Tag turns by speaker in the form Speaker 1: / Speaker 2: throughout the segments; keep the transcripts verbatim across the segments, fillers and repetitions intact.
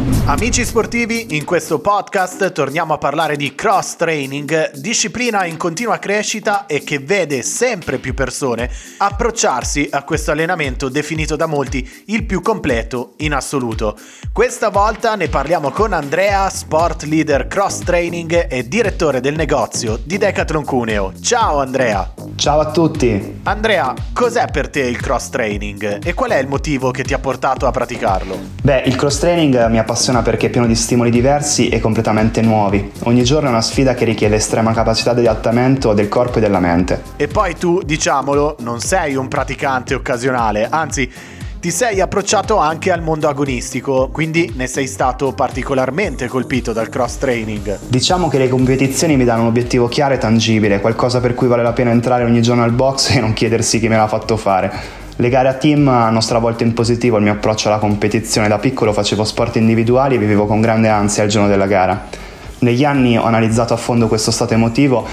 Speaker 1: Amici sportivi, in questo podcast torniamo a parlare di cross training, disciplina in continua crescita e che vede sempre più persone approcciarsi a questo allenamento definito da molti il più completo in assoluto. Questa volta ne parliamo con Andrea, sport leader cross training e direttore del negozio di Decathlon Cuneo. Ciao Andrea!
Speaker 2: Ciao a tutti!
Speaker 1: Andrea, cos'è per te il cross training e qual è il motivo che ti ha portato a praticarlo?
Speaker 2: Beh, il cross training mi appassiona perché è pieno di stimoli diversi e completamente nuovi. Ogni giorno è una sfida che richiede estrema capacità di adattamento del corpo e della mente.
Speaker 1: E poi tu, diciamolo, non sei un praticante occasionale, anzi ti sei approcciato anche al mondo agonistico, quindi ne sei stato particolarmente colpito dal cross training.
Speaker 2: Diciamo che le competizioni mi danno un obiettivo chiaro e tangibile, qualcosa per cui vale la pena entrare ogni giorno al box e non chiedersi chi me l'ha fatto fare. Le gare a team hanno stravolto in positivo il mio approccio alla competizione. Da piccolo facevo sport individuali e vivevo con grande ansia il giorno della gara. Negli anni ho analizzato a fondo questo stato emotivo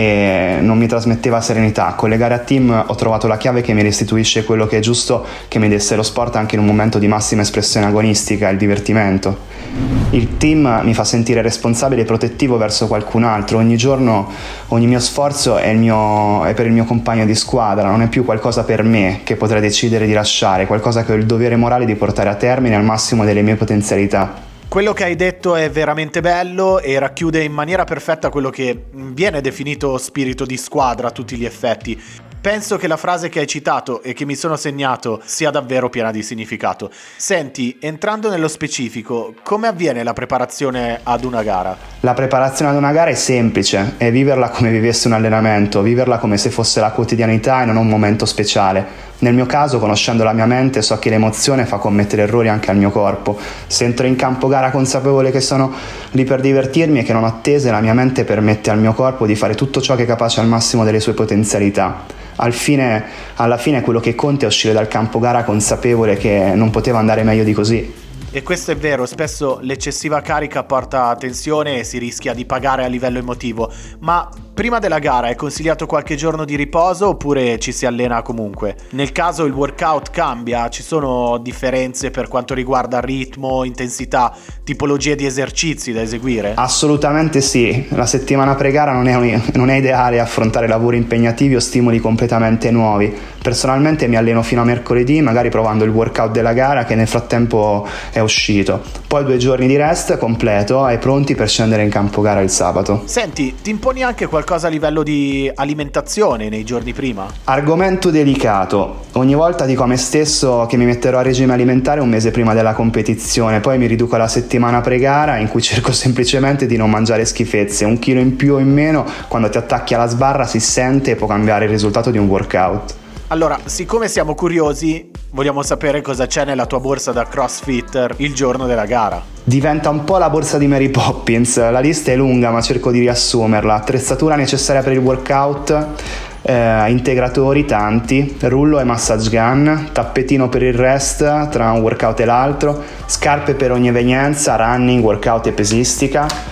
Speaker 2: e non mi trasmetteva serenità. Con le gare a team ho trovato la chiave che mi restituisce quello che è giusto che mi desse lo sport anche in un momento di massima espressione agonistica, il divertimento. Il team mi fa sentire responsabile e protettivo verso qualcun altro. Ogni giorno, ogni mio sforzo è, il mio, è per il mio compagno di squadra, non è più qualcosa per me che potrei decidere di lasciare, qualcosa che ho il dovere morale di portare a termine al massimo delle mie potenzialità.
Speaker 1: Quello che hai detto è veramente bello e racchiude in maniera perfetta quello che viene definito spirito di squadra a tutti gli effetti. Penso che la frase che hai citato e che mi sono segnato sia davvero piena di significato. Senti, entrando nello specifico, come avviene la preparazione ad una gara?
Speaker 2: La preparazione ad una gara è semplice, è viverla come vivessi un allenamento, viverla come se fosse la quotidianità e non un momento speciale. Nel mio caso, conoscendo la mia mente, so che l'emozione fa commettere errori anche al mio corpo. Se entro in campo gara consapevole che sono lì per divertirmi e che non ho attese, la mia mente permette al mio corpo di fare tutto ciò che è capace al massimo delle sue potenzialità. Al fine, alla fine quello che conta è uscire dal campo gara consapevole che non poteva andare meglio di così.
Speaker 1: E questo è vero, spesso l'eccessiva carica porta a tensione e si rischia di pagare a livello emotivo, ma prima della gara è consigliato qualche giorno di riposo oppure ci si allena comunque? Nel caso il workout cambia, ci sono differenze per quanto riguarda ritmo, intensità, tipologie di esercizi da eseguire?
Speaker 2: Assolutamente sì, la settimana pre-gara non è, non è ideale affrontare lavori impegnativi o stimoli completamente nuovi. Personalmente mi alleno fino a mercoledì, magari provando il workout della gara che nel frattempo è uscito. Poi due giorni di rest completo e pronti per scendere in campo gara il sabato.
Speaker 1: Senti, ti imponi anche qualcosa a livello di alimentazione nei giorni prima?
Speaker 2: Argomento delicato. Ogni volta dico a me stesso che mi metterò a regime alimentare un mese prima della competizione, poi mi riduco alla settimana pre-gara in cui cerco semplicemente di non mangiare schifezze. Un chilo in più o in meno quando ti attacchi alla sbarra si sente e può cambiare il risultato di un workout.
Speaker 1: Allora, siccome siamo curiosi, vogliamo sapere cosa c'è nella tua borsa da crossfitter il giorno della gara.
Speaker 2: Diventa un po' la borsa di Mary Poppins, la lista è lunga ma cerco di riassumerla. Attrezzatura necessaria per il workout, eh, integratori tanti, rullo e massage gun, tappetino per il rest tra un workout e l'altro, scarpe per ogni evenienza, running, workout e pesistica.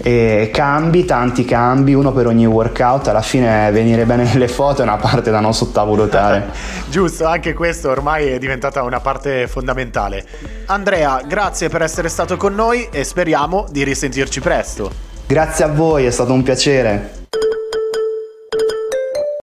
Speaker 2: E cambi, tanti cambi, uno per ogni workout. Alla fine venire bene nelle foto è una parte da non sottovalutare.
Speaker 1: Giusto, anche questo ormai è diventata una parte fondamentale. Andrea, grazie per essere stato con noi e speriamo di risentirci presto.
Speaker 2: Grazie a voi, è stato un piacere.